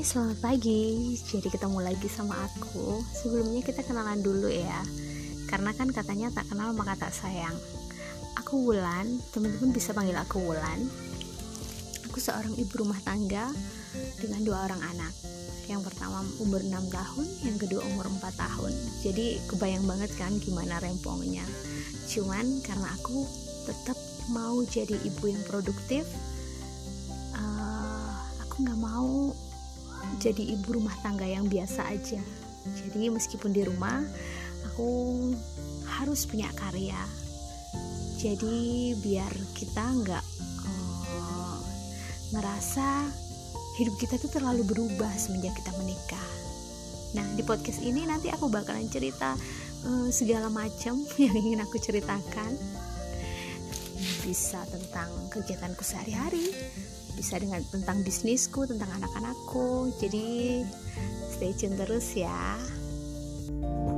Selamat pagi. Jadi ketemu lagi sama aku. Sebelumnya kita kenalan dulu ya. Karena kan katanya tak kenal maka tak sayang. Aku Wulan, teman-teman bisa panggil aku Wulan. Aku seorang ibu rumah tangga dengan 2 orang anak. Yang pertama umur 6 tahun, yang kedua umur 4 tahun. Jadi kebayang banget kan gimana rempongnya. Cuman karena aku tetap mau jadi ibu yang produktif, aku gak mau jadi ibu rumah tangga yang biasa aja. Jadi meskipun di rumah aku harus punya karya. Jadi biar kita nggak ngerasa hidup kita tuh terlalu berubah semenjak kita menikah. Nah, di podcast ini nanti aku bakalan cerita segala macam yang ingin aku ceritakan. Bisa tentang kegiatanku sehari-hari, bisa tentang bisnisku, tentang anak-anakku. Jadi stay tune terus ya.